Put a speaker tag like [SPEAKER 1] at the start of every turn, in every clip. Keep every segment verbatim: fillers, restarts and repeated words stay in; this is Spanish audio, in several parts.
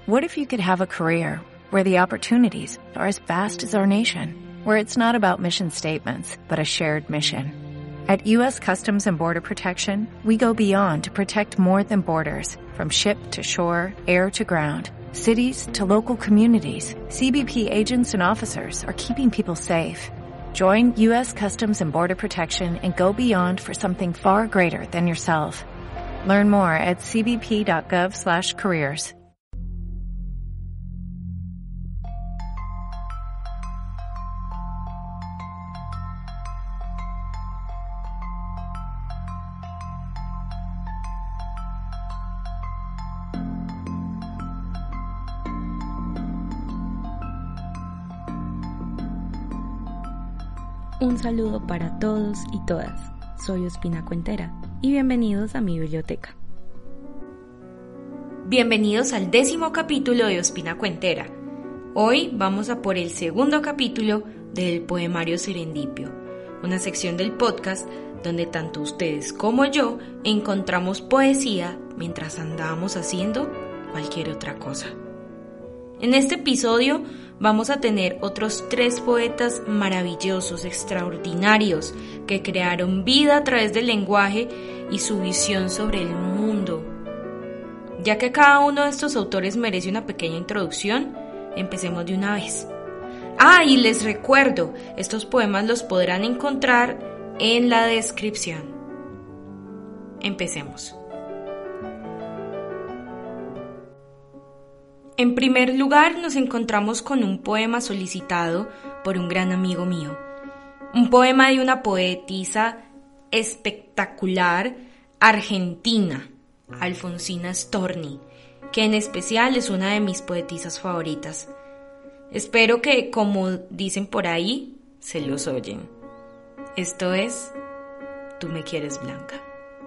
[SPEAKER 1] What if you could have a career where the opportunities are as vast as our nation, where it's not about mission statements, but a shared mission? At U S Customs and Border Protection, we go beyond to protect more than borders, from ship to shore, air to ground, cities to local communities. C B P agents and officers are keeping people safe. Join U S Customs and Border Protection and go beyond for something far greater than yourself. Learn more at c b p dot gov slash careers.
[SPEAKER 2] Un saludo para todos y todas. Soy Ospina Cuentera y bienvenidos a mi biblioteca.
[SPEAKER 3] Bienvenidos al décimo capítulo de Ospina Cuentera. Hoy vamos a por el segundo capítulo del Poemario Serendipio, una sección del podcast donde tanto ustedes como yo encontramos poesía mientras andamos haciendo cualquier otra cosa. En este episodio vamos a tener otros tres poetas maravillosos, extraordinarios, que crearon vida a través del lenguaje y su visión sobre el mundo. Ya que cada uno de estos autores merece una pequeña introducción, empecemos de una vez. Ah, y les recuerdo, estos poemas los podrán encontrar en la descripción. Empecemos. En primer lugar, nos encontramos con un poema solicitado por un gran amigo mío. Un poema de una poetisa espectacular argentina, Alfonsina Storni, que en especial es una de mis poetisas favoritas. Espero que, como dicen por ahí, se los oyen. Esto es Tú me quieres blanca.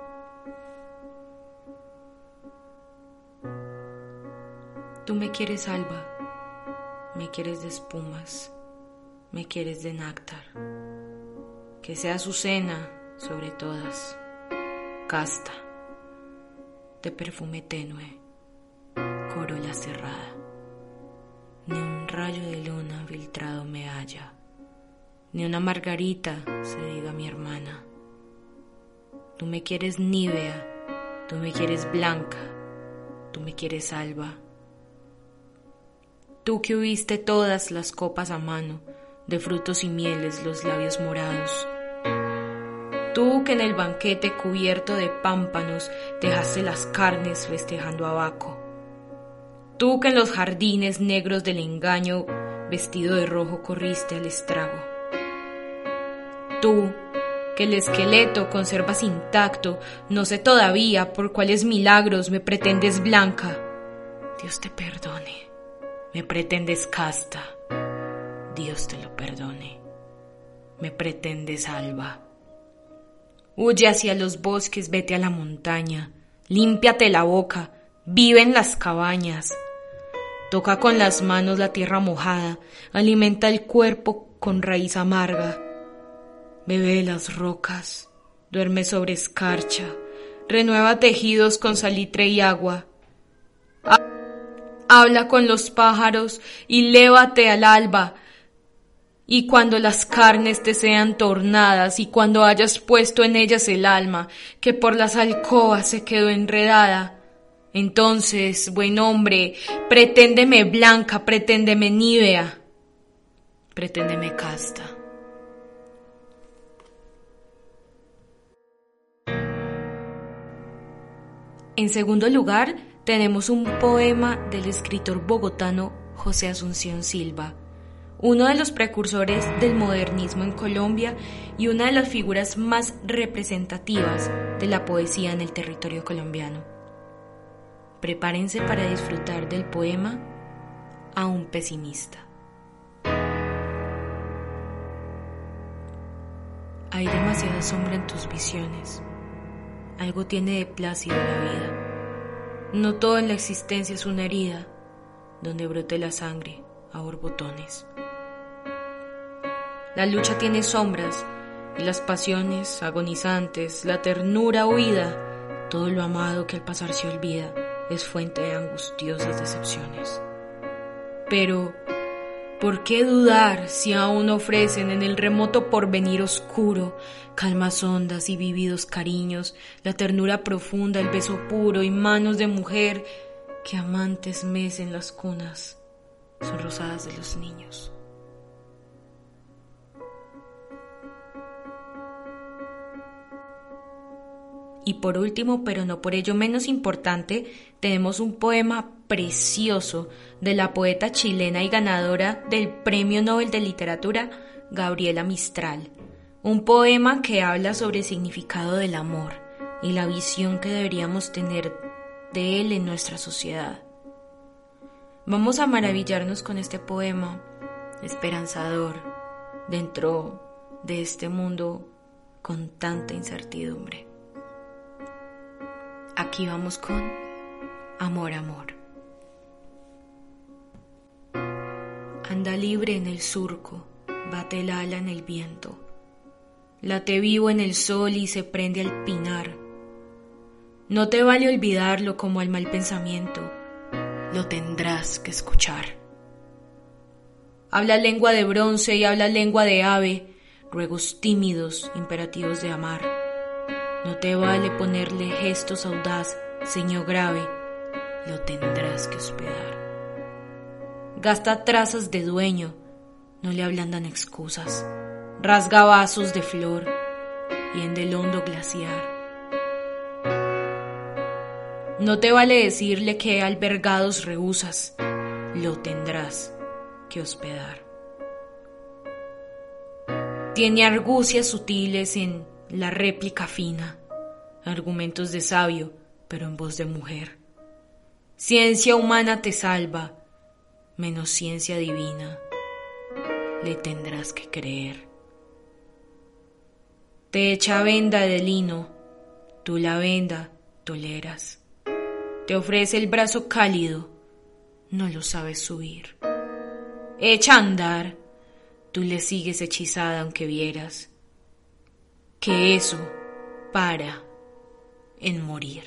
[SPEAKER 3] Tú me quieres alba, me quieres de espumas, me quieres de néctar, que sea azucena sobre todas, casta, de perfume tenue, corola cerrada, ni un rayo de luna filtrado me halla, ni una margarita se diga mi hermana. Tú me quieres nívea, tú me quieres blanca, tú me quieres alba. Tú que huiste todas las copas a mano, de frutos y mieles los labios morados. Tú que en el banquete cubierto de pámpanos dejaste las carnes festejando a Baco. Tú que en los jardines negros del engaño, vestido de rojo, corriste al estrago. Tú que el esqueleto conservas intacto, no sé todavía por cuáles milagros me pretendes blanca. Dios te perdone. Me pretendes casta, Dios te lo perdone. Me pretendes alba. Huye hacia los bosques, vete a la montaña, límpiate la boca, vive en las cabañas. Toca con las manos la tierra mojada, alimenta el cuerpo con raíz amarga. Bebe de las rocas, duerme sobre escarcha, renueva tejidos con salitre y agua. Habla con los pájaros y lévate al alba, y cuando las carnes te sean tornadas y cuando hayas puesto en ellas el alma, que por las alcobas se quedó enredada, entonces, buen hombre, preténdeme blanca, preténdeme nívea, preténdeme casta. En segundo lugar, tenemos un poema del escritor bogotano José Asunción Silva, uno de los precursores del modernismo en Colombia y una de las figuras más representativas de la poesía en el territorio colombiano. Prepárense para disfrutar del poema A un pesimista. Hay demasiada sombra en tus visiones. Algo tiene de plácido la vida. No todo en la existencia es una herida donde brote la sangre a borbotones. La lucha tiene sombras y las pasiones agonizantes, la ternura huida, todo lo amado que al pasar se olvida, es fuente de angustiosas decepciones. Pero, ¿por qué dudar si aún ofrecen en el remoto porvenir oscuro calmas hondas y vívidos cariños, la ternura profunda, el beso puro y manos de mujer que amantes mecen las cunas sonrosadas de los niños? Y por último, pero no por ello menos importante, tenemos un poema precioso de la poeta chilena y ganadora del Premio Nobel de Literatura, Gabriela Mistral. Un poema que habla sobre el significado del amor y la visión que deberíamos tener de él en nuestra sociedad. Vamos a maravillarnos con este poema esperanzador dentro de este mundo con tanta incertidumbre. Aquí vamos con Amor, Amor. Anda libre en el surco, bate el ala en el viento, late vivo en el sol y se prende al pinar. No te vale olvidarlo como al mal pensamiento, lo tendrás que escuchar. Habla lengua de bronce y habla lengua de ave, ruegos tímidos, imperativos de amar. No te vale ponerle gestos audaz, ceño grave, lo tendrás que hospedar. Gasta trazas de dueño, no le ablandan excusas, rasga vasos de flor y en del hondo glaciar. No te vale decirle que albergados rehusas, lo tendrás que hospedar. Tiene argucias sutiles en la réplica fina, argumentos de sabio, pero en voz de mujer. Ciencia humana te salva, menos ciencia divina, le tendrás que creer. Te echa venda de lino, tú la venda toleras. Te ofrece el brazo cálido, no lo sabes subir. Echa a andar, tú le sigues hechizada aunque vieras que eso para en morir.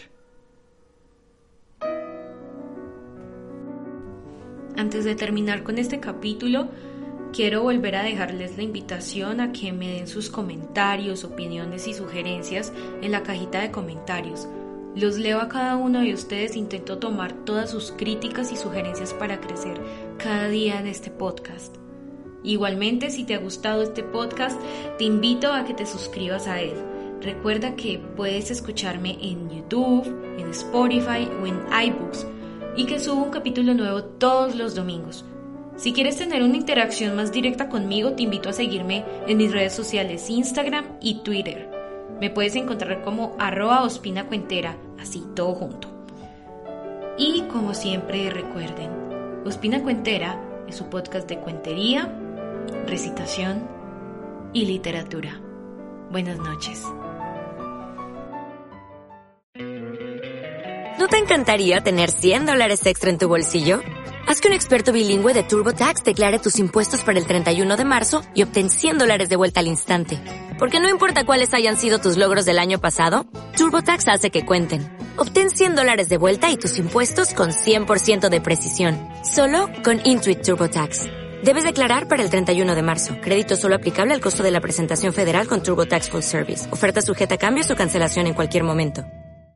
[SPEAKER 3] Antes de terminar con este capítulo, quiero volver a dejarles la invitación a que me den sus comentarios, opiniones y sugerencias en la cajita de comentarios. Los leo a cada uno de ustedes, intento tomar todas sus críticas y sugerencias para crecer cada día en este podcast. Igualmente, si te ha gustado este podcast, te invito a que te suscribas a él. Recuerda que puedes escucharme en YouTube, en Spotify o en iBooks y que subo un capítulo nuevo todos los domingos. Si quieres tener una interacción más directa conmigo, te invito a seguirme en mis redes sociales Instagram y Twitter. Me puedes encontrar como arroba ospinacuentera, así todo junto. Y como siempre recuerden, Ospina Cuentera es su podcast de cuentería, recitación y literatura. Buenas noches.
[SPEAKER 4] ¿No te encantaría tener cien dólares extra en tu bolsillo? Haz que un experto bilingüe de TurboTax declare tus impuestos para el treinta y uno de marzo y obtén cien dólares de vuelta al instante. Porque no importa cuáles hayan sido tus logros del año pasado, TurboTax hace que cuenten. Obtén cien dólares de vuelta y tus impuestos con cien por ciento de precisión. Solo con Intuit TurboTax. Debes declarar para el treinta y uno de marzo. Crédito solo aplicable al costo de la presentación federal con TurboTax Full Service. Oferta sujeta a cambios o cancelación en cualquier momento.